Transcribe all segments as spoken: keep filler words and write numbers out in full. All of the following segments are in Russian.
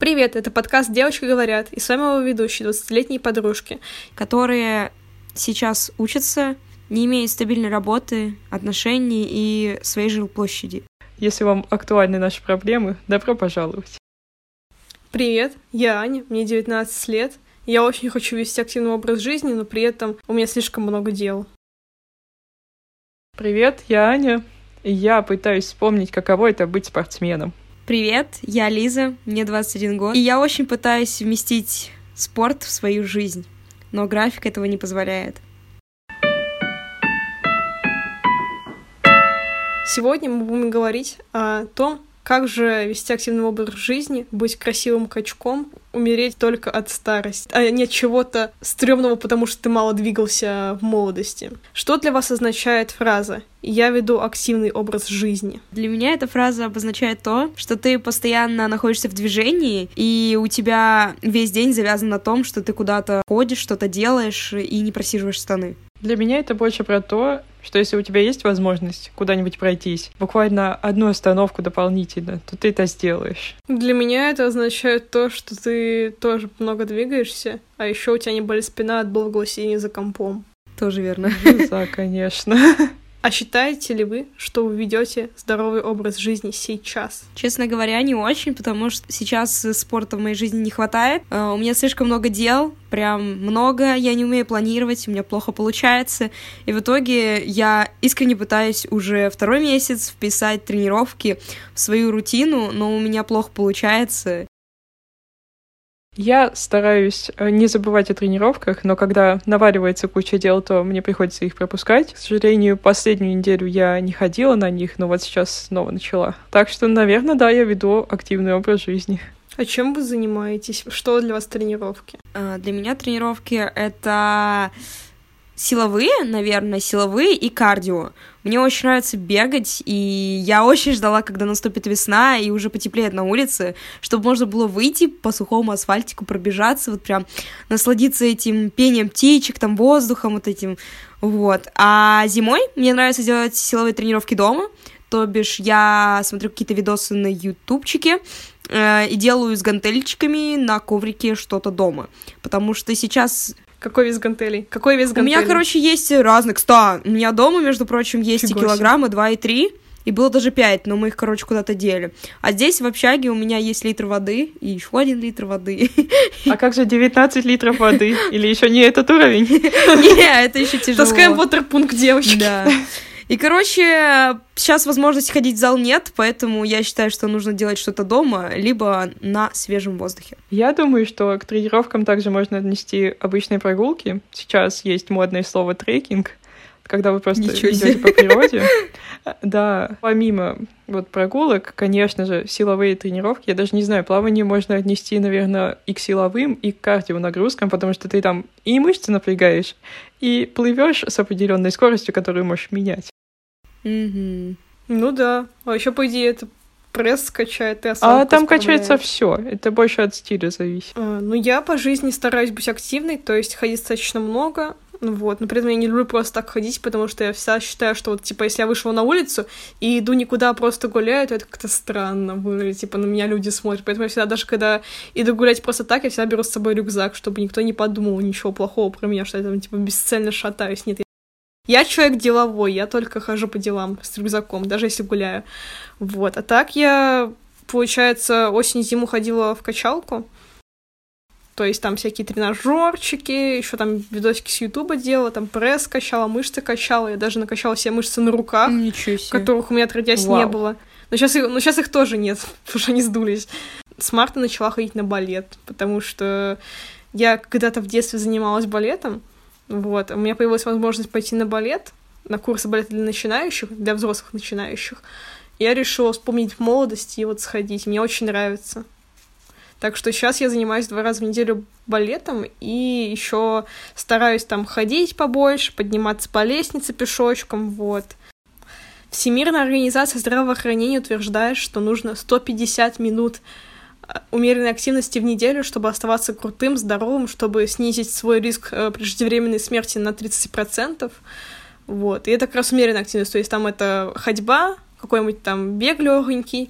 Привет, это подкаст «Девочки говорят», и с вами его ведущие, двадцатилетние подружки, которые сейчас учатся, не имеют стабильной работы, отношений и своей жилплощади. Если вам актуальны наши проблемы, добро пожаловать. Привет, я Аня, мне девятнадцать лет. Я очень хочу вести активный образ жизни, но при этом у меня слишком много дел. Привет, я Аня, и я пытаюсь вспомнить, каково это быть спортсменом. Привет, я Лиза, мне двадцать один год, и я очень пытаюсь вместить спорт в свою жизнь, но график этого не позволяет. Сегодня мы будем говорить о том, как же вести активный образ жизни, быть красивым качком, умереть только от старости, а не от чего-то стрёмного, потому что ты мало двигался в молодости. Что для вас означает фраза «я веду активный образ жизни»? Для меня эта фраза обозначает то, что ты постоянно находишься в движении, и у тебя весь день завязан на том, что ты куда-то ходишь, что-то делаешь и не просиживаешь штаны. Для меня это больше про то, что если у тебя есть возможность куда-нибудь пройтись, буквально одну остановку дополнительно, то ты это сделаешь. Для меня это означает то, что ты тоже много двигаешься, а еще у тебя не болит спина от долгого сидения за компом. Тоже верно. Да, конечно. А считаете ли вы, что вы ведете здоровый образ жизни сейчас? Честно говоря, не очень, потому что сейчас спорта в моей жизни не хватает. У меня слишком много дел, прям много, я не умею планировать, у меня плохо получается. И в итоге я искренне пытаюсь уже второй месяц вписать тренировки в свою рутину, но у меня плохо получается. Я стараюсь не забывать о тренировках, но когда наваливается куча дел, то мне приходится их пропускать. К сожалению, последнюю неделю я не ходила на них, но вот сейчас снова начала. Так что, наверное, да, я веду активный образ жизни. А чем вы занимаетесь? Что для вас тренировки? Для меня тренировки — это силовые, наверное, силовые и кардио. Мне очень нравится бегать, и я очень ждала, когда наступит весна и уже потеплеет на улице, чтобы можно было выйти по сухому асфальтику, пробежаться, вот прям насладиться этим пением птичек, там, воздухом вот этим, вот. А зимой мне нравится делать силовые тренировки дома, то бишь я смотрю какие-то видосы на ютубчике, э, и делаю с гантельчиками на коврике что-то дома, потому что сейчас... Какой вес гантелей? Какой вес гантелей? У меня, короче, есть разных. Кстати, у меня дома, между прочим, есть Фига и килограмма два и три, и было даже пять, но мы их, короче, куда-то дели. А здесь, в общаге, у меня есть литр воды и еще один литр воды. А как же девятнадцать литров воды? Или еще не этот уровень? Не, это еще тяжело. Таскаем вотерпункт, девочки. Да. И, короче, сейчас возможности ходить в зал нет, поэтому я считаю, что нужно делать что-то дома, либо на свежем воздухе. Я думаю, что к тренировкам также можно отнести обычные прогулки. Сейчас есть модное слово трекинг, когда вы просто идете по природе. Да, помимо вот прогулок, конечно же, силовые тренировки. Я даже не знаю, плавание можно отнести, наверное, и к силовым, и к кардионагрузкам, потому что ты там и мышцы напрягаешь, и плывешь с определенной скоростью, которую можешь менять. Mm-hmm. Ну да. А еще, по идее, это пресс качает и осанку А там справляет. Качается все. Это больше от стиля зависит. А, ну, я по жизни стараюсь быть активной, то есть ходить достаточно много. Вот, но при этом я не люблю просто так ходить, потому что я всегда считаю, что вот, типа, если я вышла на улицу и иду никуда, а просто гуляю, то это как-то странно выглядит, типа, на меня люди смотрят. Поэтому я всегда, даже когда иду гулять просто так, я всегда беру с собой рюкзак, чтобы никто не подумал ничего плохого про меня, что я там, типа, бесцельно шатаюсь. Нет, я человек деловой, я только хожу по делам с рюкзаком, даже если гуляю. Вот, а так я, получается, осень-зиму ходила в качалку. То есть там всякие тренажерчики, еще там видосики с Ютуба делала, там пресс качала, мышцы качала, я даже накачала все мышцы на руках, которых у меня отродясь Вау. не было. Но сейчас, но сейчас их тоже нет, потому что они сдулись. С марта начала ходить на балет, потому что я когда-то в детстве занималась балетом, вот, у меня появилась возможность пойти на балет, на курсы балета для начинающих, для взрослых начинающих. Я решила вспомнить молодость и вот сходить, мне очень нравится. Так что сейчас я занимаюсь два раза в неделю балетом и еще стараюсь там ходить побольше, подниматься по лестнице пешочком, вот. Всемирная организация здравоохранения утверждает, что нужно сто пятьдесят минут умеренной активности в неделю, чтобы оставаться крутым, здоровым, чтобы снизить свой риск преждевременной смерти на тридцать процентов. Вот. И это как раз умеренная активность, то есть там это ходьба, какой-нибудь там бег легонький,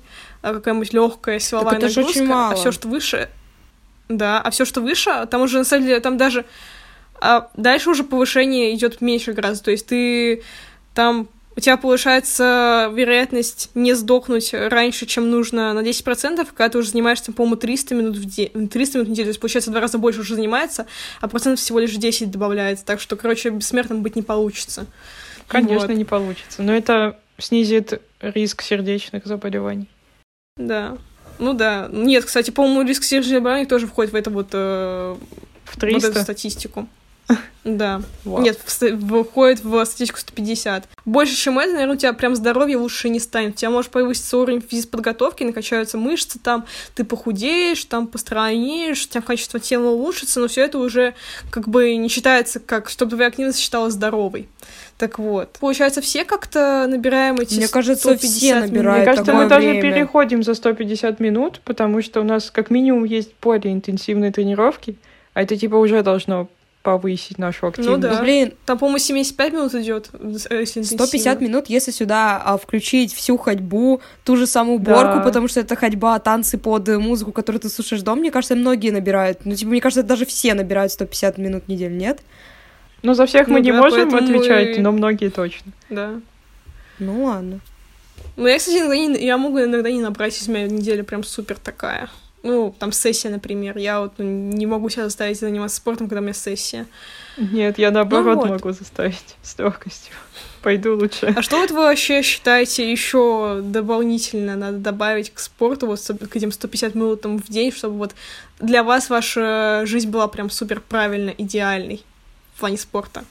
какая-нибудь легкая силовая так это нагрузка, очень мало. А все, что выше, да, а все, что выше, там уже на самом деле, там даже а дальше уже повышение идет меньше гораздо, то есть ты там у тебя повышается вероятность не сдохнуть раньше, чем нужно, на десять процентов, когда ты уже занимаешься, по-моему, триста минут в день, триста минут в неделю, то есть, получается, в два раза больше уже занимается, а процентов всего лишь десять добавляется, так что, короче, бессмертным быть не получится. Конечно, вот. Не получится, но это снизит риск сердечных заболеваний. Да, ну да. Нет, кстати, по-моему, риск сердечных заболеваний тоже входит в это вот, э, в триста? Вот эту статистику. Да. Вау. Нет, входит в статистику сто пятьдесят. Больше, чем это, наверное, у тебя прям здоровье лучше не станет. У тебя может повыситься уровень физподготовки, накачаются мышцы, там ты похудеешь, там постройнеешь, у тебя качество тела улучшится, но все это уже как бы не считается, как чтобы твоя активность считалась здоровой. Так вот. Получается, все как-то набираем эти Мне кажется, все набирают. Минут. Мне кажется, мы время. даже переходим за сто пятьдесят минут, потому что у нас как минимум есть более интенсивные тренировки, а это типа уже должно повысить нашу активность. Ну да. Блин, там, по-моему, семьдесят пять минут идет, если сто пятьдесят минут, если сюда а, включить всю ходьбу, ту же самую уборку, да. потому что это ходьба, танцы под музыку, которую ты слушаешь дома, мне кажется, многие набирают. Ну, типа, мне кажется, даже все набирают сто пятьдесят минут в неделю, нет? Ну, за всех ну, мы не да, можем отвечать, мы... но многие точно. Да. Ну, ладно. Ну, я, кстати, иногда не, я могу иногда не набрать, если у меня неделя прям супер такая. Ну, там сессия, например. Я вот ну, не могу себя заставить заниматься спортом, когда у меня сессия. Нет, я наоборот ну, вот. могу заставить с легкостью. Пойду лучше. А что вот вы вообще считаете еще дополнительно надо добавить к спорту, вот к этим сто пятьдесят минутам в день, чтобы вот для вас ваша жизнь была прям супер правильно, идеальной в плане спорта?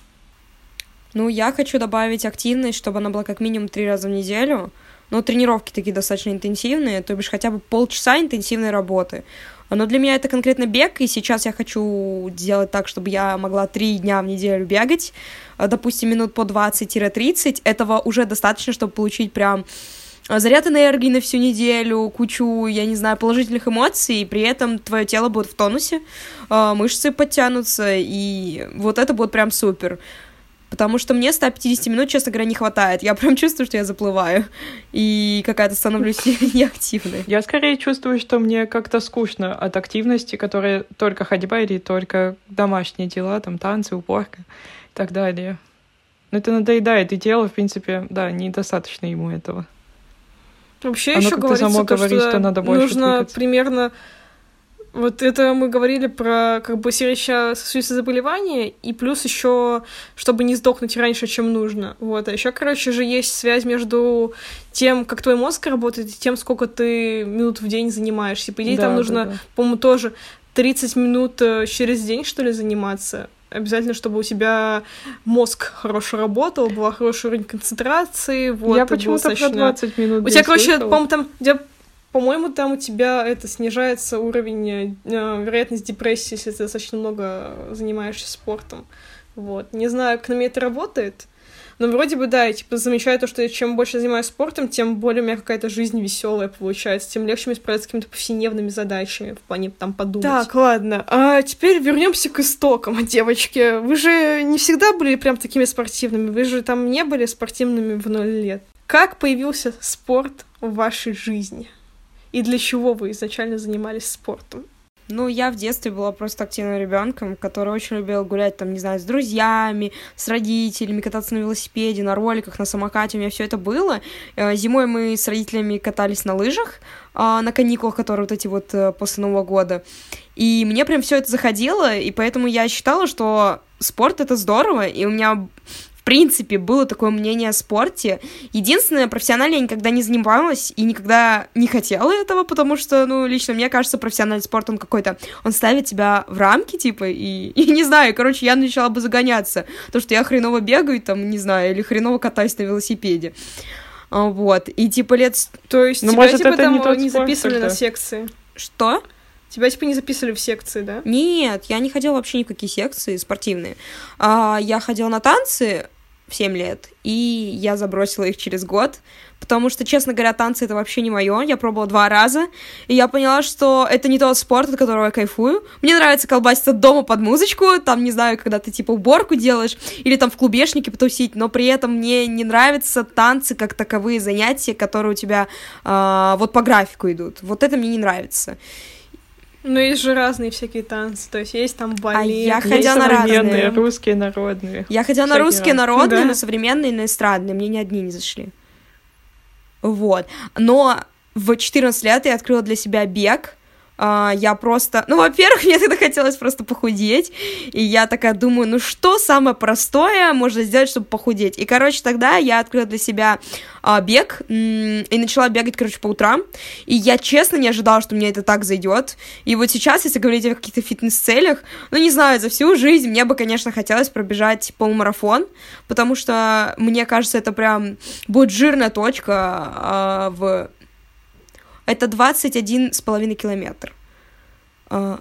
Ну, я хочу добавить активность, чтобы она была как минимум три раза в неделю. Но тренировки такие достаточно интенсивные, то бишь хотя бы полчаса интенсивной работы. Но для меня это конкретно бег, и сейчас я хочу сделать так, чтобы я могла три дня в неделю бегать, допустим, минут по двадцать-тридцать. Этого уже достаточно, чтобы получить прям заряд энергии на всю неделю, кучу, я не знаю, положительных эмоций, и при этом твое тело будет в тонусе, мышцы подтянутся, и вот это будет прям супер. Потому что мне ста пятидесяти минут, честно говоря, не хватает. Я прям чувствую, что я заплываю. И какая-то становлюсь неактивной. Я скорее чувствую, что мне как-то скучно от активности, которая только ходьба или только домашние дела, там танцы, уборка и так далее. Но это надоедает, и тело, в принципе, да, недостаточно ему этого. Вообще Оно еще как-то говорится, само то, говорит, что, что надо больше нужно двигаться. примерно... Вот это мы говорили про как бы сердечно-сосудистые заболевания, и плюс еще, чтобы не сдохнуть раньше, чем нужно. Вот. А еще, короче же, есть связь между тем, как твой мозг работает, и тем, сколько ты минут в день занимаешься. По идее, да, там нужно, да, да. по-моему, тоже тридцать минут через день, что ли, заниматься. Обязательно, чтобы у тебя мозг хорошо работал, была хороший уровень концентрации. Вот, Я почему-то достаточно... про двадцать минут У тебя, короче, слышала. по-моему, там... По-моему, там у тебя это снижается уровень, э, вероятность депрессии, если ты достаточно много занимаешься спортом. Вот. Не знаю, как на меня это работает, но вроде бы, да, я типа замечаю то, что чем больше я занимаюсь спортом, тем более у меня какая-то жизнь веселая получается, тем легче мне справляться с какими-то повседневными задачами в плане там подумать. Так, ладно. А теперь вернемся к истокам, девочки. Вы же не всегда были прям такими спортивными, вы же там не были спортивными в ноль лет. Как появился спорт в вашей жизни? И для чего вы изначально занимались спортом? Ну, я в детстве была просто активным ребенком, который очень любил гулять, там, не знаю, с друзьями, с родителями, кататься на велосипеде, на роликах, на самокате, у меня все это было. Зимой мы с родителями катались на лыжах, на каникулах, которые вот эти вот после Нового года. И мне прям все это заходило, и поэтому я считала, что спорт — это здорово, и у меня... В принципе, было такое мнение о спорте. Единственное, профессионально я никогда не занималась и никогда не хотела этого, потому что, ну, лично мне кажется, профессиональный спорт, он какой-то, он ставит тебя в рамки, типа, и, и не знаю, короче, я начала бы загоняться. То, что я хреново бегаю, там, не знаю, или хреново катаюсь на велосипеде. Вот, и типа лет... То есть ну, тебя, может, типа, это там не, тот не спорт, записывали тогда. На секции? Что? Тебя, типа, не записывали в секции, да? Нет, я не ходила вообще ни в какие секции спортивные. А, я ходила на танцы в семь лет, и я забросила их через год, потому что, честно говоря, танцы — это вообще не мое. Я пробовала два раза, и я поняла, что это не тот спорт, от которого я кайфую. Мне нравится колбаситься дома под музычку, там, не знаю, когда ты, типа, уборку делаешь, или там в клубешнике потусить, но при этом мне не нравятся танцы как таковые занятия, которые у тебя э, вот по графику идут. Вот это мне не нравится. Ну, есть же разные всякие танцы, то есть есть там балет. А я ходила на разные. Русские, народные. Я ходила на русские, народные, да. На современные, на эстрадные, мне ни одни не зашли. Вот. Но в четырнадцать лет я открыла для себя бег. Uh, я просто... Ну, во-первых, мне тогда хотелось просто похудеть, и я такая думаю, ну что самое простое можно сделать, чтобы похудеть? И, короче, тогда я открыла для себя uh, бег, м- и начала бегать, короче, по утрам, и я, честно, не ожидала, что мне это так зайдет. И вот сейчас, если говорить о каких-то фитнес-целях, ну, не знаю, за всю жизнь мне бы, конечно, хотелось пробежать полумарафон, потому что, мне кажется, это прям будет жирная точка uh, в... Это двадцать один с половиной километр. Uh,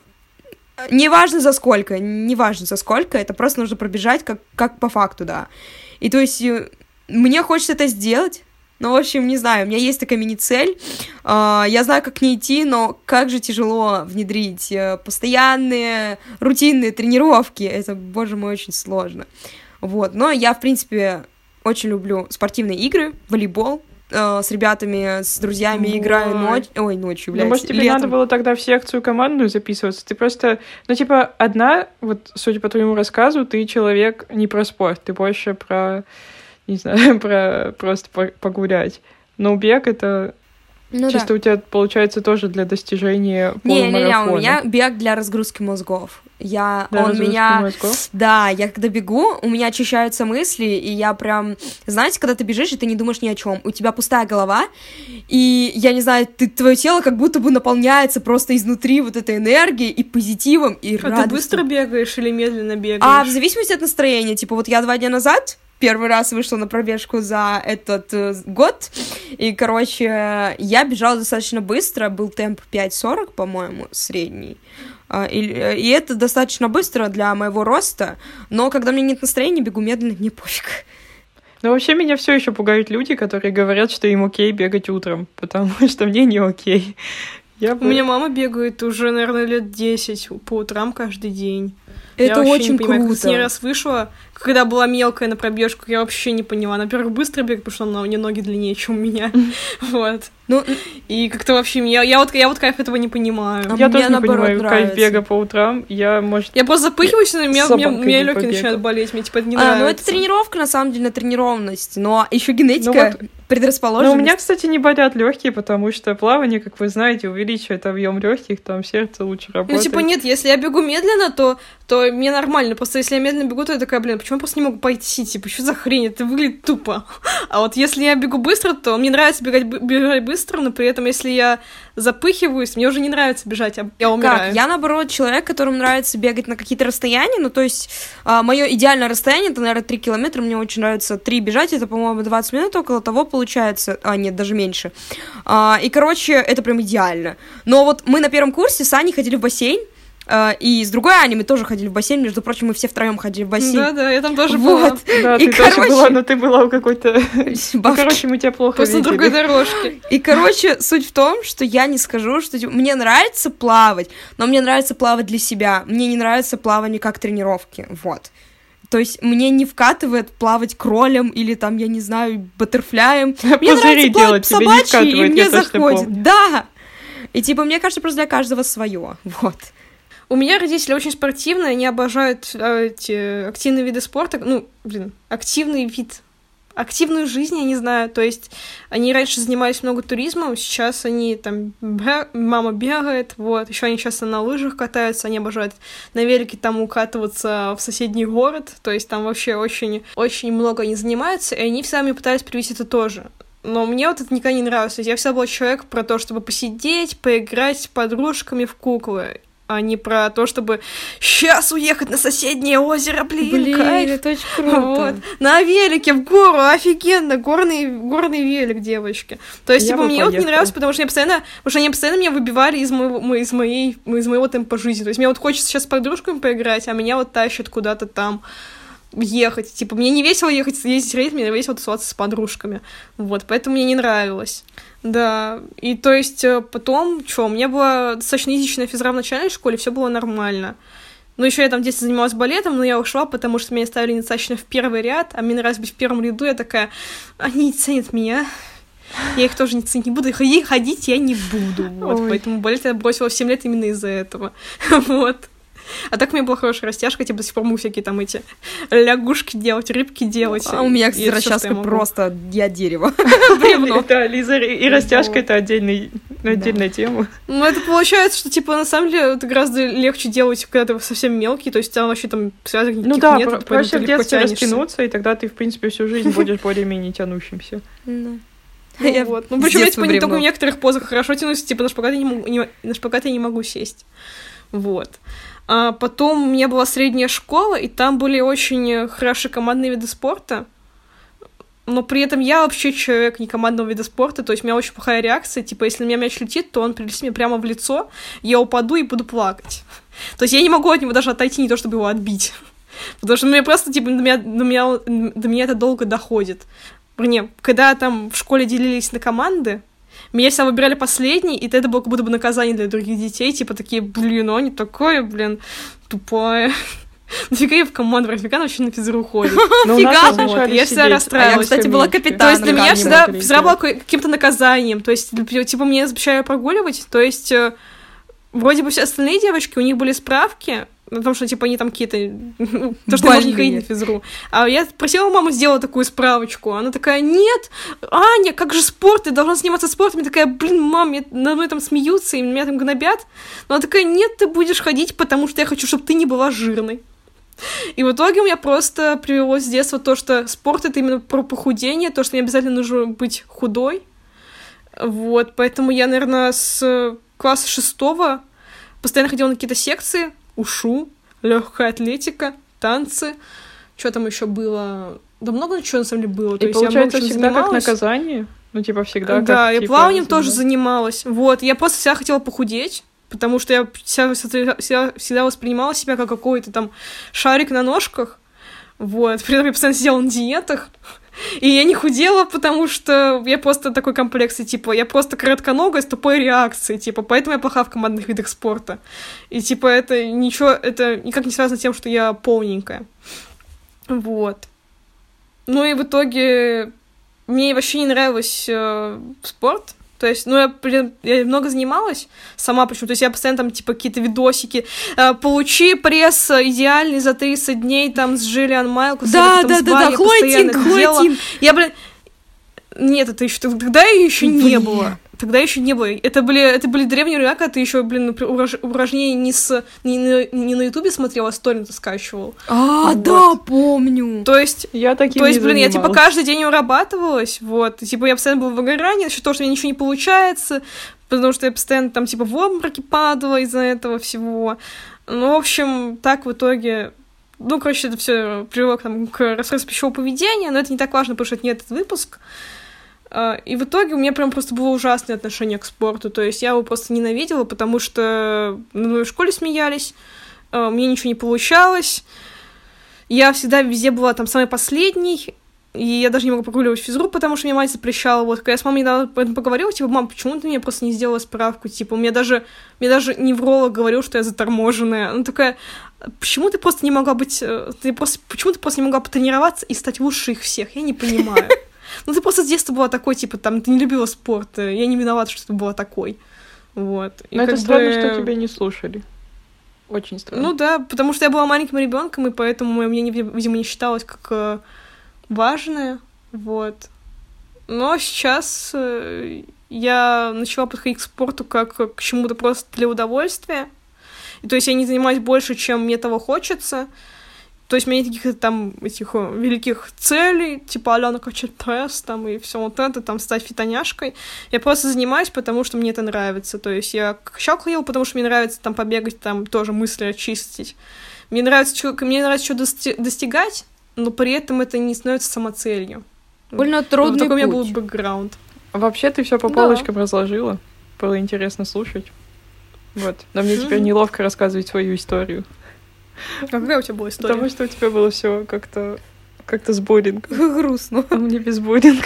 неважно за сколько, неважно за сколько, это просто нужно пробежать как, как по факту, да. И то есть мне хочется это сделать, но, в общем, не знаю, у меня есть такая мини-цель, uh, я знаю, как к ней идти, но как же тяжело внедрить uh, постоянные рутинные тренировки, это, боже мой, очень сложно. Вот, но я, в принципе, очень люблю спортивные игры, волейбол, с ребятами, с друзьями Ой. играю ночь... Ой, ночью, блядь. Ну, может, тебе летом. Надо было тогда в секцию командную записываться? Ты просто... Ну, типа, одна, вот, судя по твоему рассказу, ты человек не про спорт, ты больше про, не знаю, про просто погулять. Но бег — это... Ну, чисто да. У тебя, получается, тоже для достижения полумарафона. Не-не-не, у меня бег для разгрузки мозгов. Я, для он меня... Мозгов? Да, я когда бегу, у меня очищаются мысли, и я прям... Знаете, когда ты бежишь, и ты не думаешь ни о чем, у тебя пустая голова, и, я не знаю, ты, твое тело как будто бы наполняется просто изнутри вот этой энергией и позитивом, и а радостью. Ты быстро бегаешь или медленно бегаешь? А, в зависимости от настроения. Типа, вот я два дня назад... Первый раз вышла на пробежку за этот э, год, и, короче, я бежала достаточно быстро, был темп пять сорок, по-моему, средний, э, и, и это достаточно быстро для моего роста, но когда у меня нет настроения, бегу медленно, мне пофиг. Но вообще меня все еще пугают люди, которые говорят, что им окей бегать утром, потому что мне не окей. Я бы... У меня мама бегает уже, наверное, лет десять по утрам каждый день. Это я очень не понимаю, круто. Когда с ней раз вышла, когда была мелкая на пробежку, я вообще не поняла. Она, во-первых, быстро бегает, потому что у нее ноги длиннее, чем у меня. Вот. Ну, и как-то вообще... Я, я, вот, я вот кайф этого не понимаю. Я тоже не понимаю кайф бега по утрам. Я, может... Я просто запыхиваюсь, но меня, меня, меня легкие начинают болеть. Мне, типа, это не а, нравится. Ну, это тренировка, на самом деле, на тренированность. Но еще генетика... Ну, вот... предрасположенность. Но у меня, кстати, не болят легкие, потому что плавание, как вы знаете, увеличивает объем легких, там сердце лучше работает. Ну, типа, нет, если я бегу медленно, то, то мне нормально. Просто если я медленно бегу, то я такая, блин, почему я просто не могу пойти? Типа, что за хрень? Это выглядит тупо. А вот если я бегу быстро, то мне нравится бегать, бежать быстро, но при этом, если я запыхиваюсь, мне уже не нравится бежать, я умираю. Как? Я, наоборот, человек, которому нравится бегать на какие-то расстояния, ну, то есть, а, мое идеальное расстояние, это, наверное, три километра, мне очень нравится три бежать, это, по-моему, двадцать минут, около того получается, а, нет, даже меньше. А, и, короче, это прям идеально. Но вот мы на первом курсе с Аней ходили в бассейн, Uh, и с другой Аней мы тоже ходили в бассейн, между прочим, мы все втроем ходили в бассейн. Да-да, я там тоже вот. была. Да, и ты короче... тоже была, но ты была у какой-то... Ну, короче, мы тебя плохо Просто видели. Просто другой дорожки. И, короче, суть в том, что я не скажу, что мне нравится плавать, но мне нравится плавать для себя. Мне не нравится плавание как тренировки, вот. То есть мне не вкатывает плавать кролем или там, я не знаю, баттерфляем. Мне нравится плавать собачьей, и мне заходит. Да! И типа, мне кажется, просто для каждого свое, вот. У меня родители очень спортивные, они обожают э, эти активные виды спорта, ну, блин, активный вид, активную жизнь, я не знаю, то есть они раньше занимались много туризмом, сейчас они там, бег... мама бегает, вот, еще они часто на лыжах катаются, они обожают на велике там укатываться в соседний город, то есть там вообще очень, очень много они занимаются, и они всегда мне пытались привить это тоже. Но мне вот это никогда не нравилось, я всегда была человек про то, чтобы посидеть, поиграть с подружками в куклы, а не про то, чтобы сейчас уехать на соседнее озеро, блин, блин кайф. Это очень круто. Вот. На велике в гору, офигенно, горный, горный велик, девочки. То есть, я типа, мне вот не нравится, потому что они постоянно, потому что они постоянно меня выбивали из моего, из моей, из моего темпа жизни. То есть, мне вот хочется сейчас с подружками поиграть, а меня вот тащат куда-то там. ехать. Типа, мне не весело ехать, ездить рейс, мне весело тусоваться с подружками. Вот, поэтому мне не нравилось. Да, и то есть потом, что, у меня была достаточно изичная физра в начальной школе, все было нормально. Ну, еще я там в детстве занималась балетом, но я ушла, потому что меня ставили недостаточно в первый ряд, а мне нравилось быть в первом ряду, я такая, они не ценят меня, я их тоже не ценить не буду, ходить, ходить я не буду, вот, поэтому балет я бросила в семь лет именно из-за этого, вот. А так у меня была хорошая растяжка, типа до сих пор могу всякие там эти лягушки делать, рыбки делать. А у меня, кстати, растяжка просто я дерево. Бревно. Да, Лиза, и растяжка — это отдельная тема. Ну, это получается, что, типа, на самом деле, это гораздо легче делать, когда ты совсем мелкий, то есть там вообще там связок никаких нет. Ну да, проще в детстве растянуться, и тогда ты, в принципе, всю жизнь будешь более-менее тянущимся. Ну, вот. Ну, причем я, типа, не только в некоторых позах хорошо тянусь, типа, на шпагат я не могу сесть. Вот. А потом у меня была средняя школа, и там были очень хорошие командные виды спорта, но при этом я вообще человек не командного вида спорта, то есть у меня очень плохая реакция, типа, если на меня мяч летит, то он прилетит мне прямо в лицо, я упаду и буду плакать. То есть я не могу от него даже отойти, не то чтобы его отбить, потому что мне просто, типа, до меня, до меня, до меня это долго доходит. Вернее, когда там в школе делились на команды, меня всегда выбирали последний, и это было как будто бы наказание для других детей, типа такие, блин, ну они такое, блин, тупая. Нафига я в команду, нафига она вообще на физру ходит? Фига, я всегда расстраивалась. Я, кстати, была капитаном. То есть для меня всегда физра была каким-то наказанием, то есть, типа, мне запрещали прогуливать, то есть, вроде бы все остальные девочки, у них были справки, потому что, типа, они там какие-то... То, что можно не ходить на физру. А я просила маму сделать такую справочку. Она такая, нет, Аня, как же спорт? Ты должна заниматься спортом. Я такая, блин, мам, я, надо мной там смеются, и меня там гнобят. Но она такая, нет, ты будешь ходить, потому что я хочу, чтобы ты не была жирной. И в итоге у меня просто привелось с детства то, что спорт — это именно про похудение, то, что мне обязательно нужно быть худой. Вот, поэтому я, наверное, с класса шестого постоянно ходила на какие-то секции, ушу, легкая атлетика, танцы. Что там еще было? Да много чего на самом деле было. И то получается, есть я всегда занималась. Как наказание? Ну, типа, всегда да, как, я типа, плаванием тоже занималась. Вот, я просто всегда хотела похудеть, потому что я всегда, всегда, всегда воспринимала себя как какой-то там шарик на ножках. Вот, при этом я постоянно сидела на диетах. И я не худела, потому что я просто такой комплекс, и, типа, я просто коротконогая с тупой реакцией, типа, поэтому я плоха в командных видах спорта. И, типа, это ничего, это никак не связано с тем, что я полненькая. Вот. Ну и в итоге мне вообще не нравился э, спорт. То есть, ну, я, я много занималась сама, почему, то есть я постоянно там, типа, какие-то видосики, э, получи пресс идеальный за тридцать дней, там, с Джиллиан Майлкус, да, да, да, да, Хлойтинг, Хлойтинг. Я, блин, нет, это еще, тогда еще не было. Тогда еще не было. Это были, это были древние времена, когда ты еще, блин, упражнения не, с, не, на, не на Ютубе смотрела, а с торрента скачивал. А, вот. Да, помню. То есть, я таким то есть, не блин, занималась. Я, типа, каждый день урабатывалась, вот, и, типа, я постоянно была в выгорании, насчет того, что у меня ничего не получается, потому что я постоянно там, типа, в обмороке падала из-за этого всего. Ну, в общем, так в итоге... Ну, короче, это все привело там, к расстройству пищевого поведения, но это не так важно, потому что это не этот выпуск. И в итоге у меня прям просто было ужасное отношение к спорту, то есть я его просто ненавидела, потому что ну, в школе смеялись, мне ничего не получалось, я всегда везде была там самой последней, и я даже не могла прогуливать физру, потому что мне мать запрещала, вот, когда я с мамой недавно об этом поговорила, типа, мам, почему ты мне просто не сделала справку, типа, у меня даже, мне даже невролог говорил, что я заторможенная, она такая, почему ты просто не могла быть, ты просто, почему ты просто не могла потренироваться и стать лучше их всех, я не понимаю. Ну, ты просто с детства была такой, типа, там, ты не любила спорт, я не виновата, что ты была такой, вот. Но это странно, бы... что тебя не слушали. Очень странно. Ну да, потому что я была маленьким ребенком, и поэтому мое мнение, видимо, не считалось как важное, вот. Но сейчас я начала подходить к спорту как к чему-то просто для удовольствия, и, то есть я не занимаюсь больше, чем мне того хочется. То есть у меня нет каких-то там этих великих целей, типа а-ля накачать пресс, там, и все вот это, там, стать фитоняшкой. Я просто занимаюсь, потому что мне это нравится. То есть я качалку ходила, потому что мне нравится там побегать, там, тоже мысли очистить. Мне нравится, что, мне нравится что дости- достигать, но при этом это не становится самоцелью. Больно трудный вот такой путь. У меня был бэкграунд. Вообще ты все по полочкам да. разложила. Было интересно слушать. Вот. Но мне mm-hmm. теперь неловко рассказывать свою историю. Какая у тебя была история? Потому что у тебя было все как-то как-то с боулингом. Грустно. А мне без боулинга.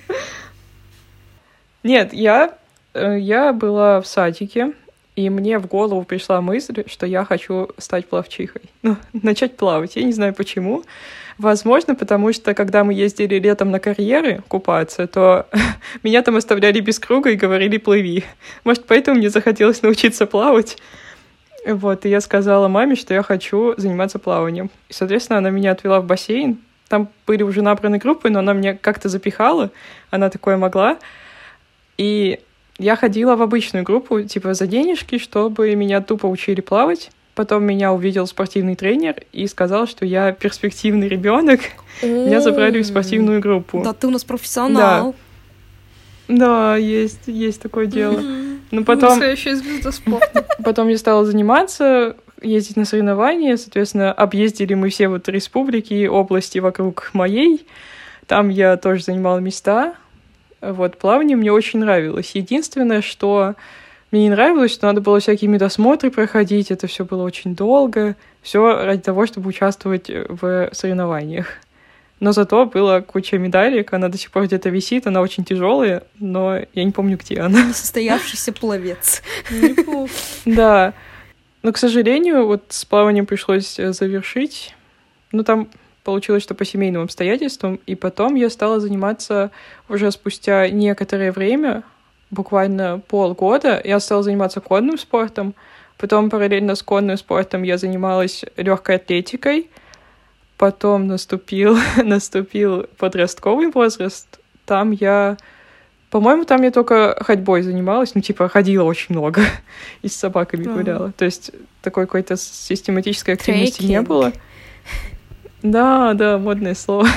Нет, я, я была в садике, и мне в голову пришла мысль, что я хочу стать пловчихой. Ну, начать плавать. Я не знаю почему. Возможно, потому что, когда мы ездили летом на карьеры купаться, то меня там оставляли без круга и говорили «плыви». Может, поэтому мне захотелось научиться плавать. Вот, и я сказала маме, что я хочу заниматься плаванием. И, соответственно, она меня отвела в бассейн. Там были уже набраны группы, но она меня как-то запихала. Она такое могла. И я ходила в обычную группу, типа, за денежки, чтобы меня тупо учили плавать. Потом меня увидел спортивный тренер и сказал, что я перспективный ребенок. Меня забрали в спортивную группу. Да, ты у нас профессионал. Да, да, есть, есть такое дело. Mm-hmm. Но потом... Настоящая звезда спорта. Потом я стала заниматься, ездить на соревнования. Соответственно, объездили мы все вот республики, области вокруг моей. Там я тоже занимала места. Вот, плавание мне очень нравилось. Единственное, что мне не нравилось, что надо было всякие медосмотры проходить, это все было очень долго, все ради того, чтобы участвовать в соревнованиях. Но зато была куча медалек, она до сих пор где-то висит, она очень тяжелая, но я не помню, где она. Несостоявшийся пловец. Да. Но, к сожалению, вот с плаванием пришлось завершить. Ну, там получилось, что по семейным обстоятельствам, и потом я стала заниматься уже спустя некоторое время, буквально полгода, я стала заниматься конным спортом, потом параллельно с конным спортом я занималась легкой атлетикой, потом наступил, наступил подростковый возраст, там я, по-моему, там я только ходьбой занималась, ну, типа, ходила очень много и с собаками гуляла, то есть такой какой-то систематической активности не было. Да, да, модное слово.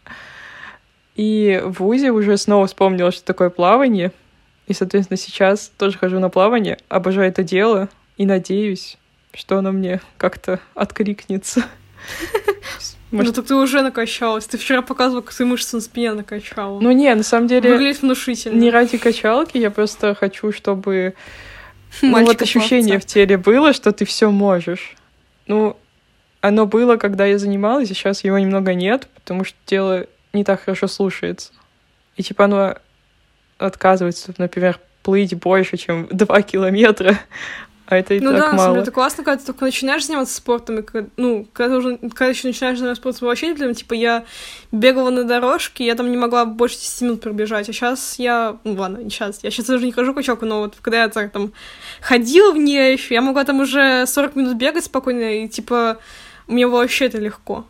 И в вузе уже снова вспомнила, что такое плавание. И, соответственно, сейчас тоже хожу на плавание, обожаю это дело и надеюсь, что оно мне как-то откликнется. Может... Ну так ты уже накачалась. Ты вчера показывала, как свои мышцы на спине накачала. Ну не, на самом деле... Выглядит внушительно. Не ради качалки, я просто хочу, чтобы... Ну, вот ощущение в теле было, что ты все можешь. Ну, оно было, когда я занималась, и сейчас его немного нет, потому что тело не так хорошо слушается. И типа оно отказывается, например, плыть больше, чем два километра, а это и ну так да, мало. Ну да, это классно, когда ты только начинаешь заниматься спортом, и когда, ну, когда ты уже, когда еще начинаешь заниматься спортом, вообще не типа я бегала на дорожке, я там не могла больше десяти минут пробежать, а сейчас я, ну ладно, не сейчас, я сейчас даже не хожу качалку, но вот когда я так там ходила в ней еще, я могла там уже сорок минут бегать спокойно, и типа мне было вообще это легко.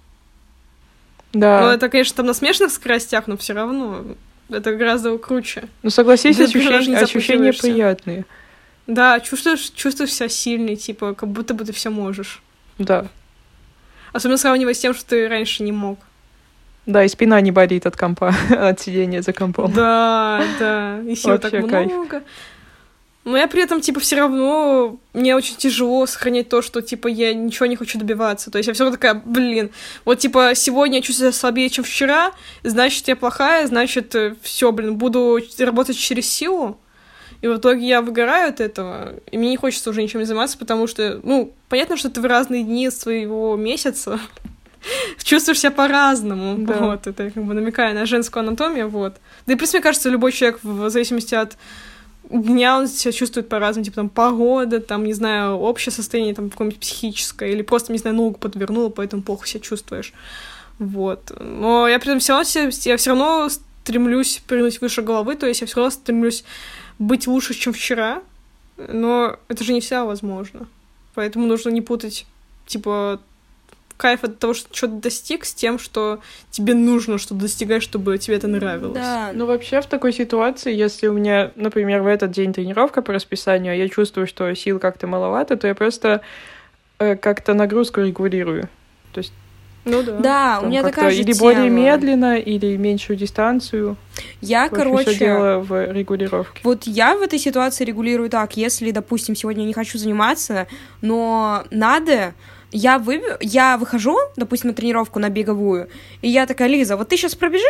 Да. Ну, это, конечно, там на смешанных скоростях, но все равно это гораздо круче. Ну, согласись, ощущения, ощущения приятные. Да, чувствуешь, чувствуешь себя сильной, типа, как будто бы ты все можешь. Да. Особенно сравнивая с тем, что ты раньше не мог. Да, и спина не болит от компа, от сидения за компом. Да, да, и сил так много. Но я при этом, типа, все равно мне очень тяжело сохранять то, что, типа, я ничего не хочу добиваться. То есть я все равно такая, блин, вот, типа, сегодня я чувствую себя слабее, чем вчера, значит, я плохая, значит, все, блин, буду работать через силу. И в итоге я выгораю от этого, и мне не хочется уже ничем не заниматься, потому что, ну, понятно, что ты в разные дни своего месяца чувствуешь себя по-разному. Да. Вот, это как бы намекая на женскую анатомию, вот. Да и, в принципе, мне кажется, любой человек, в зависимости от дня, он себя чувствует по-разному, типа, там, погода, там, не знаю, общее состояние, там, какое-нибудь психическое, или просто, не знаю, ногу подвернула, поэтому плохо себя чувствуешь. Вот. Но я при этом все равно, я все равно стремлюсь прыгнуть выше головы, то есть я все равно стремлюсь быть лучше, чем вчера, но это же не всегда возможно. Поэтому нужно не путать, типа, кайф от того, что что-то достиг, с тем, что тебе нужно что-то достигать, чтобы тебе это нравилось. Да. Ну, вообще, в такой ситуации, если у меня, например, в этот день тренировка по расписанию, а я чувствую, что сил как-то маловато, то я просто э, как-то нагрузку регулирую. То есть ну да. Да, у меня такая же или тема. более медленно, или меньшую дистанцию. Я, в общем, короче... всё дело в регулировке. Вот я в этой ситуации регулирую так, если, допустим, сегодня я не хочу заниматься, но надо... Я, вы... я выхожу, допустим, на тренировку на беговую, и я такая, Лиза, вот ты сейчас пробежишь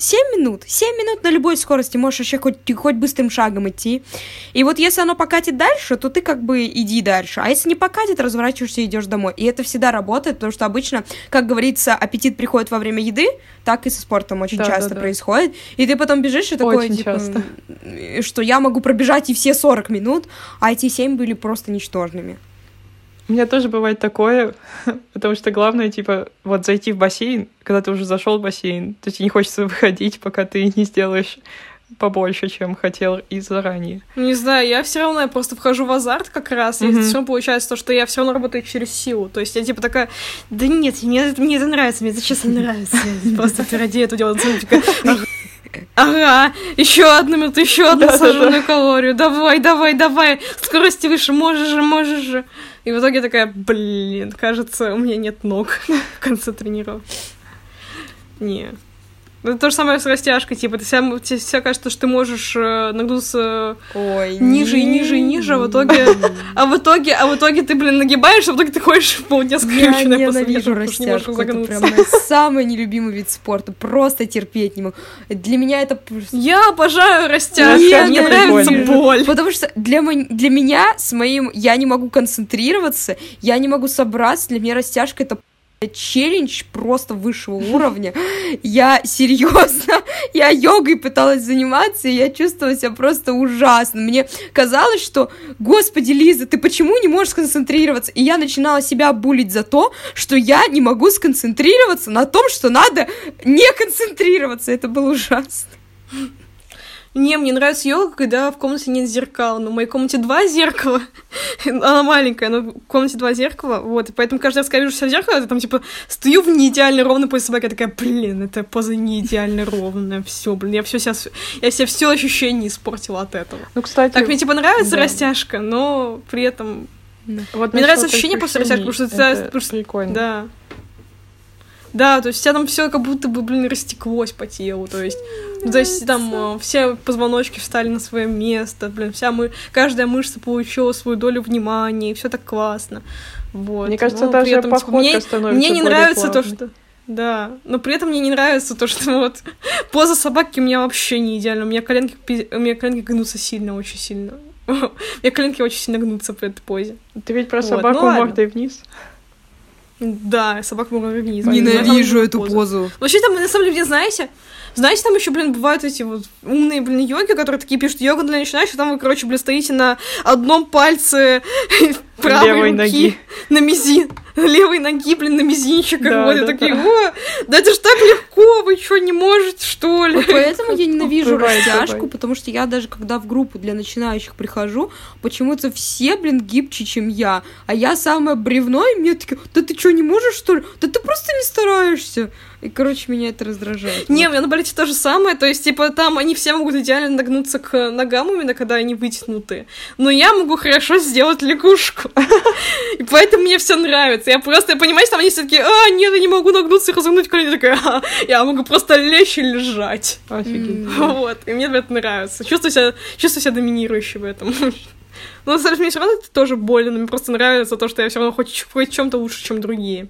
семь минут, семь минут на любой скорости можешь вообще хоть, хоть быстрым шагом идти. И вот если оно покатит дальше, то ты как бы иди дальше. А если не покатит, разворачиваешься и идешь домой. И это всегда работает, потому что обычно, как говорится, аппетит приходит во время еды, так и со спортом очень да, часто да, да. происходит. И ты потом бежишь и такой, очень типа, часто. что я могу пробежать и все сорок минут, а эти семь были просто ничтожными. У меня тоже бывает такое, потому что главное, типа, вот зайти в бассейн, когда ты уже зашел в бассейн, то тебе не хочется выходить, пока ты не сделаешь побольше, чем хотел и заранее. Не знаю, я все равно я просто вхожу в азарт как раз, mm-hmm. и все равно получается то, что я все равно работаю через силу. То есть я типа такая, да нет, мне, мне это нравится, мне это честно нравится. Просто ты ради этого делаешь. Ага, еще одну минуту, еще одну сожженную калорию. Давай, давай, давай. Скорости выше, можешь же, можешь же. И в итоге такая, блин, кажется, у меня нет ног в конце тренировки. Не. Это то же самое с растяжкой, типа, ты себя, тебе всегда кажется, что ты можешь э, нагнуться Ой, ниже и ниже и ниже, а в итоге, а в итоге, а в итоге ты, блин, нагибаешься, а в итоге ты ходишь в полдня скрюченная. Я ненавижу растяжку, это прям мой самый нелюбимый вид спорта, просто терпеть не могу. Для меня это... Я обожаю растяжку, мне нравится боль. Потому что для, мо- для меня с моим... Я не могу концентрироваться, я не могу собраться, для меня растяжка — это челлендж просто высшего уровня. Я серьезно, я йогой пыталась заниматься, и я чувствовала себя просто ужасно. Мне казалось, что, господи, Лиза, ты почему не можешь сконцентрироваться? И я начинала себя булить за то, что я не могу сконцентрироваться на том, что надо не концентрироваться. Это было ужасно. Не, мне нравится йога, когда в комнате нет зеркал. Но в моей комнате два зеркала. Она маленькая, но в комнате два зеркала. Вот, и поэтому каждый раз, когда я вижу себя в зеркало, я там, типа, стою в не идеально ровной позе собаки, я такая, блин, эта поза не идеально ровная. Все, блин, я все сейчас... Я себе все ощущение испортила от этого. Ну, кстати... Так, мне, типа, нравится да. растяжка, но при этом... Да. Вот мне нравится ощущение после растяжки, потому что... Это потому что... прикольно. Да. Да, то есть у тебя там все как будто бы, блин, растеклось по телу, то есть, ну, то есть там э, все позвоночки встали на свое место, блин, вся мы, каждая мышца получила свою долю внимания, и все так классно, вот. Мне кажется, но даже этом, походка типа, становится мне не более нравится плавной. то, что... Да, но при этом мне не нравится то, что вот поза собаки у меня вообще не идеальна, у меня коленки, у меня коленки гнутся сильно, очень сильно. У меня коленки очень сильно гнутся при этой позе. Ты ведь про собаку мордой вниз? Да, собака мордой вниз. Ненавижу эту позу. позу. Вообще там, на самом деле, знаете, знаете, там еще, блин, бывают эти вот умные, блин, йоги, которые такие пишут, йога для начинающих, там вы, короче, блин, стоите на одном пальце правой левой руки ноги. На мизин, левой ноги, блин, на мизинчиках, да, вот, да, и такие, да. о, да это ж так легко, вы что, не можете, что ли? Поэтому я ненавижу Бывает, растяжку, бывает. потому что я даже, когда в группу для начинающих прихожу, почему-то все, блин, гибче, чем я, а я самая бревно, и мне такие, да ты что, не можешь, что ли? Да ты просто не стараешься. И, короче, меня это раздражает. Не, у меня на балете то же самое, то есть, типа, там они все могут идеально нагнуться к ногам именно, когда они вытянуты, но я могу хорошо сделать лягушку, и поэтому мне все нравится, я просто, я понимаю, что там они все такие, а, нет, я не могу нагнуться и разогнуть колени, такая, а, я могу просто лечь и лежать. Офигеть. Вот, и мне это нравится, чувствую себя, чувствую себя доминирующей в этом. Но, на самом деле, мне все равно это тоже больно, но мне просто нравится то, что я все равно хоть, хоть в чем-то лучше, чем другие.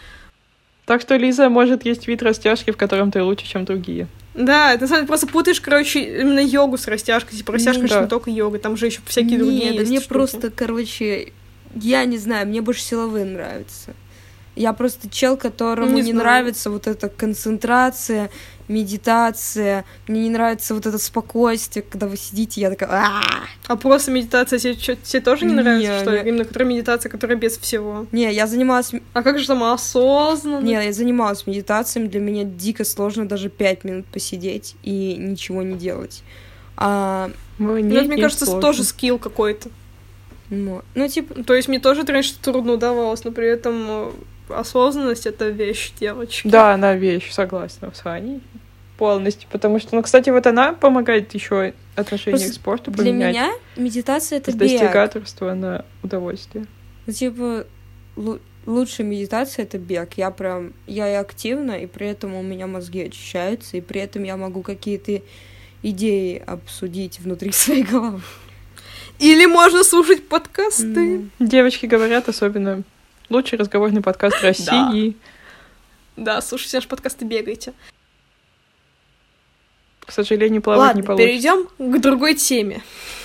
Так что Лиза, может, есть вид растяжки, в котором ты лучше, чем другие. Да, ты на самом деле просто путаешь, короче, именно йогу с растяжкой. Типа растяжка да. не только йога, там же еще всякие не, другие. Да мне штуки. Просто, короче, я не знаю, мне больше силовые нравятся. Я просто чел, которому не, не нравится вот эта концентрация, медитация. Мне не нравится вот это спокойствие, когда вы сидите, я такая... А-а-а! А просто медитация тебе, что, тебе тоже не, не нравится, что ли? Не. Именно которая медитация, которая без всего? Не, я занималась... А как же там осознанно? Не, я занималась медитацией, для меня дико сложно даже пять минут посидеть и ничего не делать. А... Мне, ну, мне кажется, сложно. тоже скилл какой-то. Ну, ну, типа... То есть мне тоже это раньше трудно удавалось, но при этом... Осознанность — это вещь, девочки. Да, она вещь, согласна с Аней полностью, потому что, ну, кстати, вот она помогает еще отношение просто к спорту для поменять. меня медитация — это с бег. достигаторства на удовольствие. Ну, типа, л- лучшая медитация — это бег. Я прям, я и активна, и при этом у меня мозги очищаются, и при этом я могу какие-то идеи обсудить внутри своей головы. Или можно слушать подкасты. Mm. Девочки говорят, особенно лучший разговорный подкаст России. Да, да, слушайте наш подкаст и бегайте. к сожалению, плавать Ладно, не получится. Перейдем к другой теме.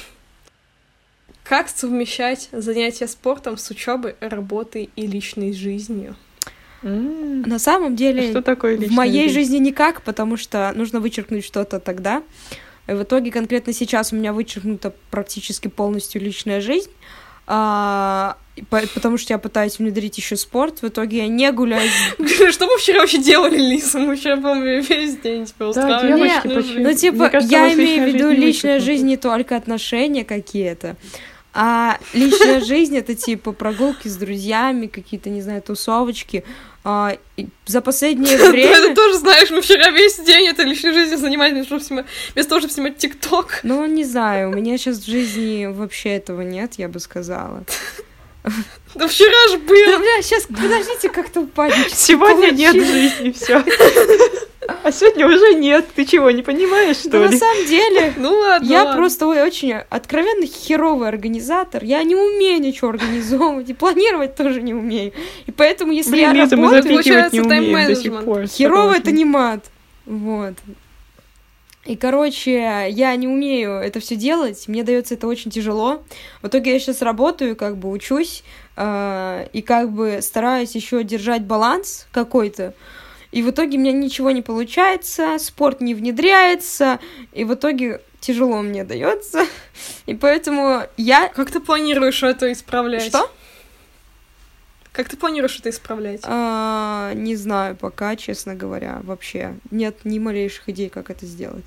Как совмещать занятия спортом с учебой, работой и личной жизнью? Mm. На самом деле, что такое в моей жизнь? жизни никак, потому что нужно вычеркнуть что-то тогда. И в итоге конкретно сейчас у меня вычеркнута практически полностью личная жизнь, а, потому что я пытаюсь внедрить еще спорт. В итоге я не гуляю. Что мы вчера вообще делали, Лиса? Мы вчера, по-моему, весь день тебя устраивали. Ну, типа, я имею в виду личная жизнь не только отношения какие-то. А личная жизнь — это, типа, прогулки с друзьями, какие-то, не знаю, тусовочки. А, за последнее время... Ты тоже знаешь, мы вчера весь день этой личной жизнью занимались, вместо того, чтобы снимать ТикТок. Ну, не знаю, у меня сейчас в жизни вообще этого нет, я бы сказала. Да вчера же было! Да, бля, сейчас, подождите, как-то упадет. Сегодня нет жизни, все. А сегодня уже нет. Ты чего, не понимаешь, что ну, ли? На самом деле, ну, ладно, я ладно. просто очень откровенно херовый организатор. Я не умею ничего организовывать, и планировать тоже не умею. И поэтому, если Блин, я Лиза, мы работаю... запикивать не умеем до сих пор. Херово — это не мат. Вот. И, короче, я не умею это все делать, мне дается это очень тяжело. В итоге я сейчас работаю, как бы учусь, э, и как бы стараюсь еще держать баланс какой-то. И в итоге у меня ничего не получается, спорт не внедряется, и в итоге тяжело мне дается. И поэтому я... Как ты планируешь это исправлять? Что? Как ты планируешь это исправлять? А, не знаю пока, честно говоря, вообще. Нет ни малейших идей, как это сделать.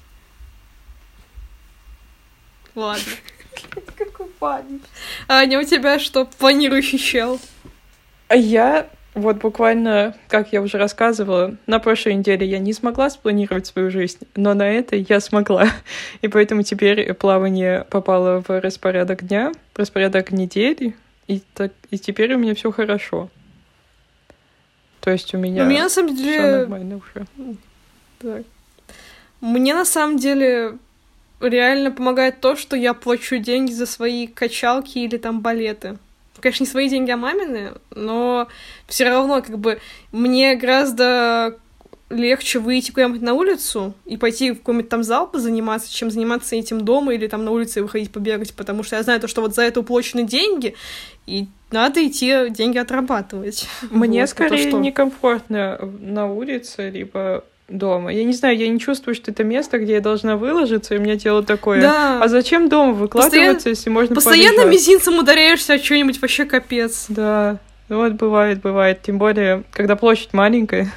Ладно. Какой парень. Аня, у тебя что, планирующий чел? А я... Вот буквально, как я уже рассказывала, на прошлой неделе я не смогла спланировать свою жизнь, но на этой я смогла. И поэтому теперь плавание попало в распорядок дня, в распорядок недели, и, так, и теперь у меня все хорошо. То есть у меня, у меня на самом деле... все нормально уже. Так. Мне на самом деле реально помогает то, что я плачу деньги за свои качалки или там балеты. Конечно, не свои деньги, а мамины, но все равно, как бы, мне гораздо легче выйти куда-нибудь на улицу и пойти в какой-нибудь там зал позаниматься, чем заниматься этим дома или там на улице выходить побегать, потому что я знаю то, что вот за это уплачены деньги, и надо идти деньги отрабатывать. Мне вот, скорее что... некомфортно на улице, либо дома. Я не знаю, я не чувствую, что это место, где я должна выложиться, и у меня дело такое. Да. А зачем дома выкладываться, Постоян... если можно Постоянно полежать? мизинцем ударяешься о что-нибудь, вообще капец. Да, ну вот бывает, бывает. Тем более, когда площадь маленькая.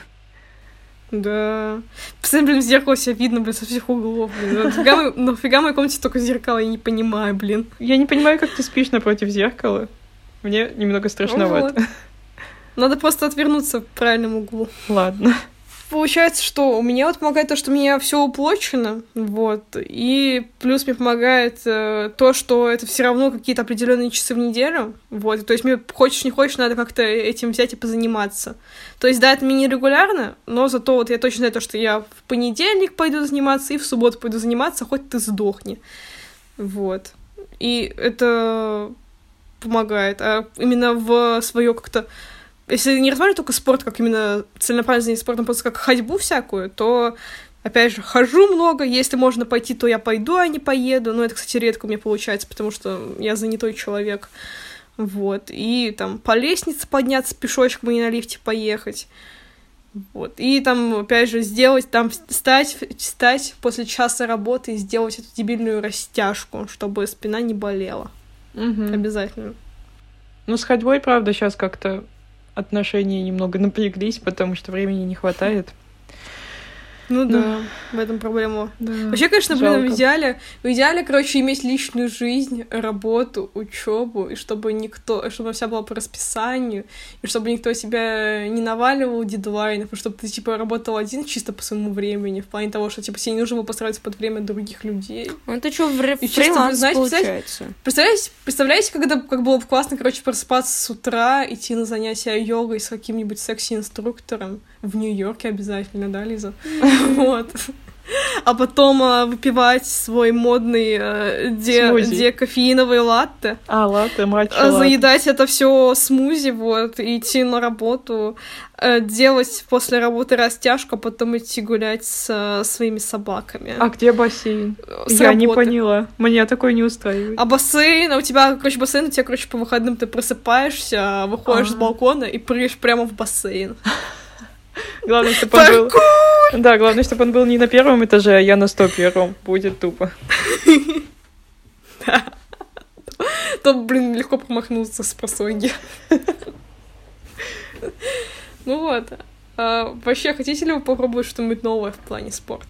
Да. Постоянно, блин, в зеркало себя видно, блин, со всех углов, блин. Нафига, мы... Нафига в моей комнате только зеркало, я не понимаю, блин. Я не понимаю, как ты спишь напротив зеркала. Мне немного страшновато. Вот. Надо просто отвернуться в правильном углу. Ладно. Получается, что у меня вот помогает то, что у меня все уплочено, вот, и плюс мне помогает э, то, что это все равно какие-то определенные часы в неделю, вот, то есть мне хочешь не хочешь, надо как-то этим взять и позаниматься. То есть, да, это мне нерегулярно, но зато вот я точно знаю то, что я в понедельник пойду заниматься и в субботу пойду заниматься, хоть ты сдохни, вот, и это помогает, а именно в свое как-то... Если не рассматривать только спорт, как именно целенаправленное занятие спортом, просто как ходьбу всякую, то, опять же, хожу много, если можно пойти, то я пойду, а не поеду, но это, кстати, редко у меня получается, потому что я занятой человек, вот, и там по лестнице подняться пешочком, а не на лифте поехать, вот, и там, опять же, сделать, там, встать, встать после часа работы и сделать эту дебильную растяжку, чтобы спина не болела, угу. Обязательно. Ну, с ходьбой, правда, сейчас как-то отношения немного напряглись, потому что времени не хватает. Ну да, да, в этом проблема. Да, вообще, конечно, жалко. блин, в идеале, в идеале, короче, иметь личную жизнь, работу, учебу, и чтобы никто, чтобы вся была по расписанию, и чтобы никто себя не наваливал дедлайнов, и чтобы ты, типа, работал один чисто по своему времени, в плане того, что, типа, тебе не нужно было построиться под время других людей. Ну это что, в и фриланс знаете, получается? Представляете, представляете, когда, как было бы классно, короче, просыпаться с утра, идти на занятия йогой с каким-нибудь секси-инструктором в Нью-Йорке обязательно, да, Лиза? Вот. а потом а, выпивать свой модный а, де, де кофеиновый латте. А, латте, матча а, заедать это все смузи, вот, и идти на работу, а, делать после работы растяжку, а потом идти гулять с а, своими собаками. А где бассейн? С Я работы. не поняла. Меня такое не устраивает. А бассейн, а у тебя, короче, бассейн, у тебя, короче, по выходным ты просыпаешься, выходишь А-а-а. с балкона и прыгаешь прямо в бассейн. Главное, чтобы он был... Да, главное, чтобы он был не на первом этаже, а я на сто первом. Будет тупо. Да. То, блин, легко промахнуться с просонья. Ну вот. Вообще, хотите ли вы попробовать что-нибудь новое в плане спорта?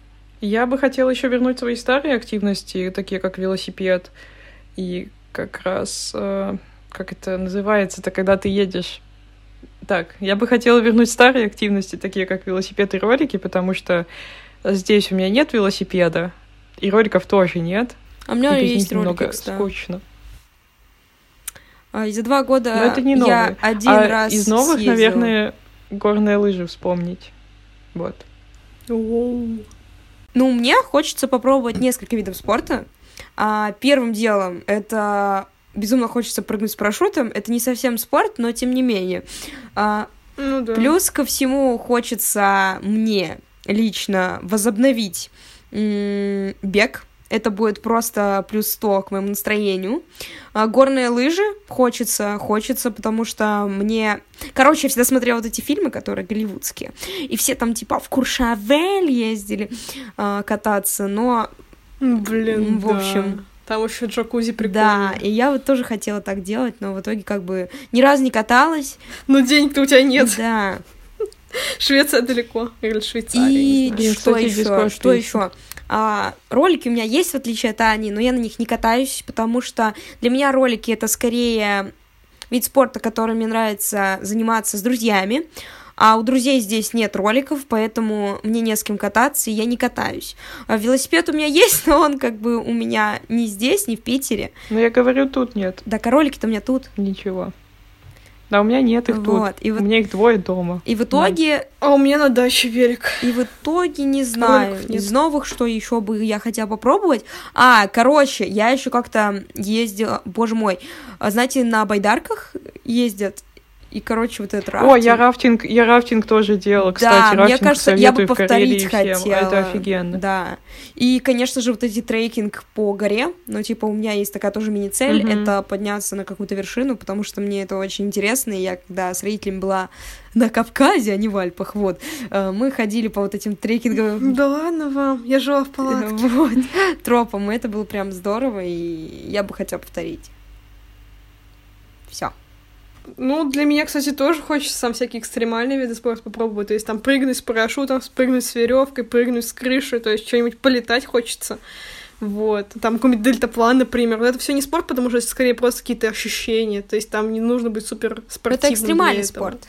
Я бы хотела еще вернуть свои старые активности, такие как велосипед. И как раз... Как это называется-то, когда ты едешь... Так, я бы хотела вернуть старые активности, такие как велосипед и ролики, потому что здесь у меня нет велосипеда, и роликов тоже нет. А у меня и есть ролики, кстати. Скучно. А, и за два года Но это не я новые. один а раз из новых, съездила. наверное, горные лыжи вспомнить. Вот. Оу. Ну, мне хочется попробовать несколько видов спорта. А, первым делом это... Безумно хочется прыгнуть с парашютом. Это не совсем спорт, но тем не менее. А, ну, да. Плюс ко всему хочется мне лично возобновить м- бег. Это будет просто плюс сто к моему настроению. А, горные лыжи хочется, хочется, потому что мне... Короче, я всегда смотрела вот эти фильмы, которые голливудские, и все там типа в Куршавель ездили а, кататься, но... Блин, в общем... Да. Там еще джакузи прикольно. Да, и я вот тоже хотела так делать, но в итоге как бы ни разу не каталась. Но денег-то у тебя нет. Да. Швеция далеко, или Швейцария. И Блин, что кстати, еще? Что еще? А, ролики у меня есть, в отличие от Ани, но я на них не катаюсь, потому что для меня ролики — это скорее вид спорта, который мне нравится заниматься с друзьями. А у друзей здесь нет роликов, поэтому мне не с кем кататься, и я не катаюсь. А велосипед у меня есть, но он как бы у меня не здесь, не в Питере. Ну, я говорю, тут нет. Так, а ролики-то у меня тут. Ничего. Да, у меня нет их вот. тут. И у вот... меня их двое дома. И в итоге... А у меня на даче велик. И в итоге, не знаю, из новых, что еще бы я хотела попробовать. А, короче, я еще как-то ездила, боже мой, знаете, на байдарках ездят. И, короче, вот этот рафтинг. О, я рафтинг, я рафтинг тоже делала, кстати. Да, рафтинг мне кажется, я бы повторить хотела. хотела. Это офигенно. Да. И, конечно же, вот эти трекинг по горе. Ну, типа, у меня есть такая тоже мини-цель, mm-hmm. это подняться на какую-то вершину, потому что мне это очень интересно. И я, когда с родителями была на Кавказе, а не в Альпах, вот, мы ходили по вот этим трекинговым... Да ладно вам, я жила в палатке. Вот, тропам, и это было прям здорово, и я бы хотела повторить. Все. Ну, для меня, кстати, тоже хочется сам всякие экстремальные виды спорта попробовать. То есть там прыгнуть с парашютом, прыгнуть с веревкой, прыгнуть с крыши, то есть что-нибудь полетать хочется. Вот. Там какой-нибудь дельтаплан, например. Но это все не спорт, потому что это скорее просто какие-то ощущения. То есть там не нужно быть супер спортивным. Это экстремальный спорт.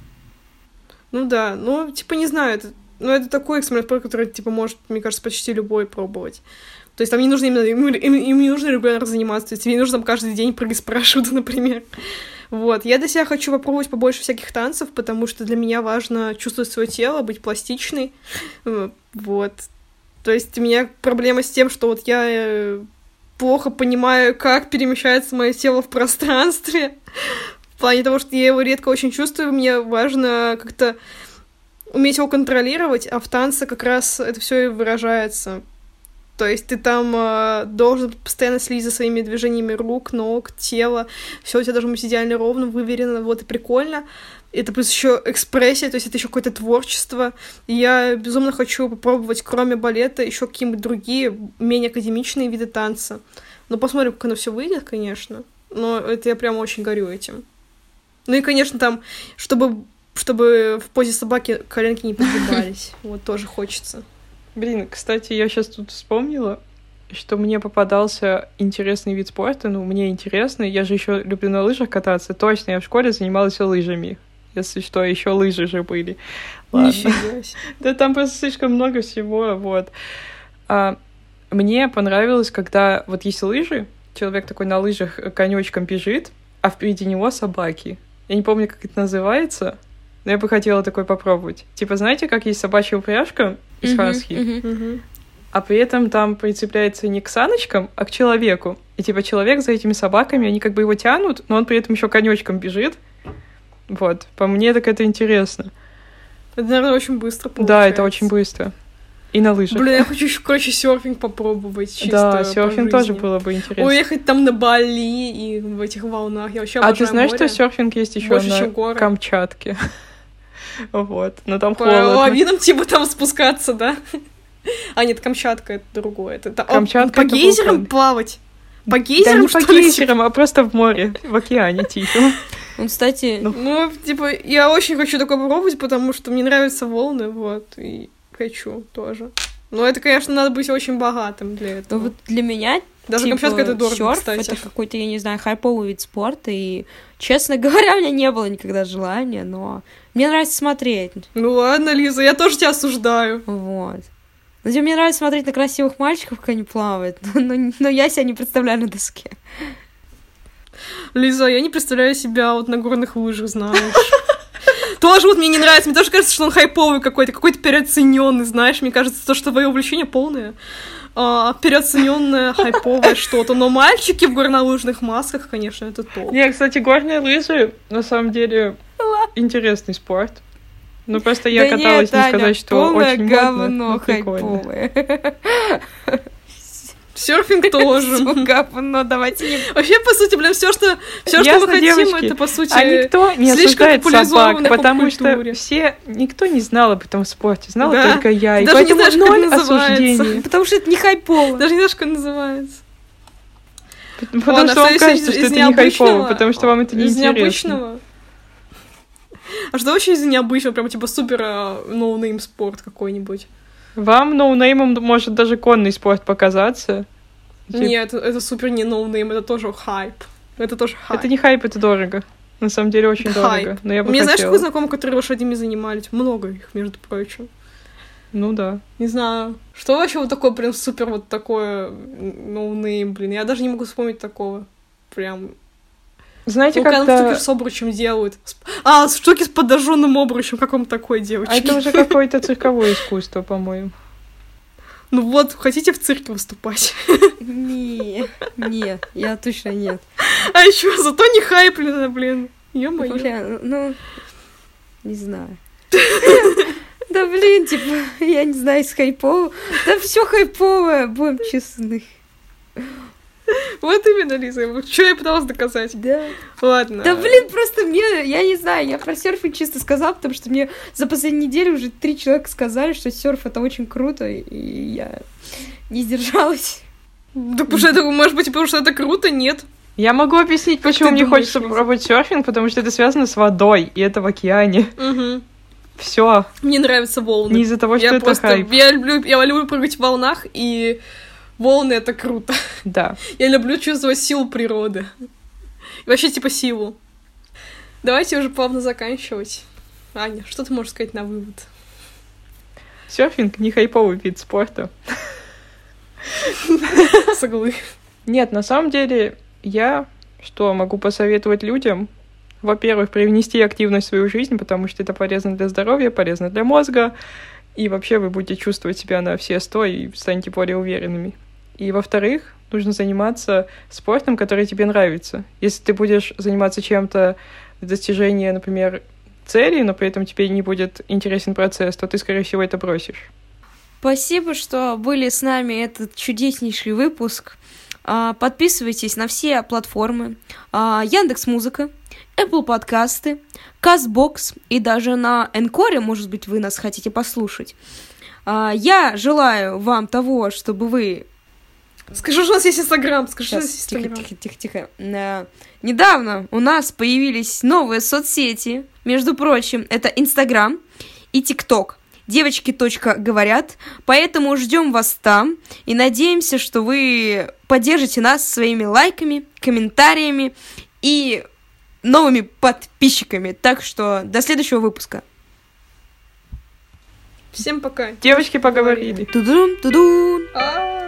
Ну да, ну, типа, не знаю, это, ну, это такой экстремальный спорт, который, типа, может, мне кажется, почти любой пробовать. То есть там не нужно именно, им, им, им не нужно регулярно заниматься, то есть тебе не нужно там каждый день прыгать с парашюта, например. Вот, я для себя хочу попробовать побольше всяких танцев, потому что для меня важно чувствовать свое тело, быть пластичной, вот. То есть у меня проблема с тем, что вот я плохо понимаю, как перемещается мое тело в пространстве, в плане того, что я его редко очень чувствую, мне важно как-то уметь его контролировать, а в танце как раз это все и выражается. То есть ты там э, должен постоянно следить за своими движениями рук, ног, тела. Все у тебя должно быть идеально ровно, выверено, вот и прикольно. Это плюс еще экспрессия, то есть это еще какое-то творчество. И я безумно хочу попробовать, кроме балета, еще какие-нибудь другие, менее академичные виды танца. Но посмотрим, как оно все выйдет, конечно. Но это я прям очень горю этим. Ну и, конечно, там, чтобы, чтобы в позе собаки коленки не подгибались. Вот тоже хочется. Блин, кстати, я сейчас тут вспомнила, что мне попадался интересный вид спорта. Ну, мне интересный. Я же еще люблю на лыжах кататься. Точно, я в школе занималась лыжами. Если что, еще лыжи же были. Ладно. Нифига себе. Да там просто слишком много всего, вот. А, мне понравилось, когда вот есть лыжи, человек такой на лыжах конечком бежит, а впереди него собаки. Я не помню, как это называется, но я бы хотела такой попробовать. Типа, знаете, как есть собачья упряжка, из Мгм, хаски. мгм. Мгм. А при этом там прицепляется не к саночкам, а к человеку. И типа человек за этими собаками, они как бы его тянут, но он при этом еще конечком бежит. Вот. По мне так это интересно. Это, наверное, очень быстро получается. Да, это очень быстро. И на лыжах. Блин, я хочу еще, короче, серфинг попробовать. Чисто Да, по серфинг тоже жизни. было бы интересно. Уехать там на Бали и в этих волнах. Я вообще А ты обожаю знаешь, море. что серфинг есть еще Больше, на чем горы. Камчатке? Вот. Но там По холодно. лавинам типа там спускаться, да? А, нет, Камчатка — это другое. Это, та- Камчатка По это гейзерам вулкан. плавать? По Да гейзерам, не что по ли? гейзерам, а просто в море, в океане Тихом. Ну, кстати, Ну. Ну, типа, я очень хочу такое попробовать, потому что мне нравятся волны, вот, и хочу тоже. Но это, конечно, надо быть очень богатым для ну этого. вот для меня Даже типа, Камчатка — это дорого, сёрф кстати. это какой-то, я не знаю, хайповый вид спорта, и, честно говоря, у меня не было никогда желания, но мне нравится смотреть, Ну ладно, Лиза, я тоже тебя осуждаю. вот. Ну, типа, мне нравится смотреть на красивых мальчиков, как они плавают, но, но, но я себя не представляю на доске. Лиза, я не представляю себя вот на горных лыжах, знаешь. Тоже вот мне не нравится. Мне тоже кажется, что он хайповый какой-то, какой-то переоцененный, знаешь. Мне кажется, то, что твое увлечение полное. А, переоцененное, хайповое что-то. Но мальчики в горнолыжных масках, конечно, это топ. Не, кстати, горные лыжи, на самом деле, интересный спорт. Ну, просто я Да каталась, нет, не Аня, сказать, что полное очень говно модно, но прикольно. хайповое. Серфинг тоже. Всё говно, давайте не... Вообще, по сути, блин, все, что, все, что Ясно, мы хотим, девочки. это, по сути, А никто не слишком осуждает популяризовано собак, в потому что поп-культуре. все, никто не знал об этом спорте, знала Да. только я, и Даже не поэтому знаешь, как ноль называется. осуждений. Потому что это не хайпово. даже не знаешь, как называется. Потому Ладно, что вам что кажется, из- что из это не хайпово, необычного- потому что вам это не Из интересно. необычного. А что вообще из необычного? Прям типа супер а, ноунейм спорт какой-нибудь? Вам ноунеймом может даже конный спорт показаться. Тип- Нет, это супер не ноунейм, это тоже хайп. Это тоже хайп. Это не хайп, это дорого. На самом деле очень Хайп. дорого. Но я бы У меня, знаешь, хотела. какой знакомый, который лошадями занимались? Много их, между прочим. Ну да. Не знаю. Что вообще вот такое прям супер вот такое ноунейм, блин? Я даже не могу вспомнить такого. Прям... Знаете, Ну, когда как-то... штуки с обручем делают. С- А, штуки с подожженным обручем. Как вам такое, девочки? А это уже какое-то цирковое искусство, по-моему. Ну вот, хотите в цирке выступать? Не, не, я точно нет. А еще зато не хайплено, блин. Ё-моё. Бля, ну, не знаю. Да блин, типа, я не знаю, из хайпового. Да все хайповое, будем честны. Вот именно, Лиза. Что я пыталась доказать? Да. Ладно. Да блин, просто мне, я не знаю, я про серфинг чисто сказала, потому что мне за последнюю неделю уже три человека сказали, что серф это очень круто, и я не сдержалась. Да потому что это, может быть, потому что это круто, нет? Я могу объяснить, почему ты мне думаешь, хочется Лиза? попробовать серфинг, потому что это связано с водой, и это в океане. Угу. Все. Мне нравятся волны. Не из-за того, что я это просто, хайп. я люблю, я люблю прыгать в волнах, и волны — это круто. Да. Я люблю чувствовать силу природы. И вообще, типа, силу. Давайте уже плавно заканчивать. Аня, что ты можешь сказать на вывод? Серфинг не хайповый вид спорта. Соглы. Нет, на самом деле, я что могу посоветовать людям? Во-первых, привнести активность в свою жизнь, потому что это полезно для здоровья, полезно для мозга, и вообще вы будете чувствовать себя на все сто и станете более уверенными. И, во-вторых, нужно заниматься спортом, который тебе нравится. Если ты будешь заниматься чем-то для достижения, например, цели, но при этом тебе не будет интересен процесс, то ты, скорее всего, это бросишь. Спасибо, что были с нами этот чудеснейший выпуск. А, Подписывайтесь на все платформы. А, Яндекс.Музыка, Apple подкасты, Castbox и даже на Энкоре, может быть, вы нас хотите послушать. А, Я желаю вам того, чтобы вы... Скажи, что у нас есть Инстаграм. Скажи, что у нас Сейчас, есть тихо, Инстаграм. тихо, тихо, тихо. Э, Недавно у нас появились новые соцсети. Между прочим, это Инстаграм и ТикТок. Девочки точка говорят, поэтому ждем вас там и надеемся, что вы поддержите нас своими лайками, комментариями и новыми подписчиками. Так что до следующего выпуска. Всем пока. Девочки поговорили. Тудун, тудун. А-а-а.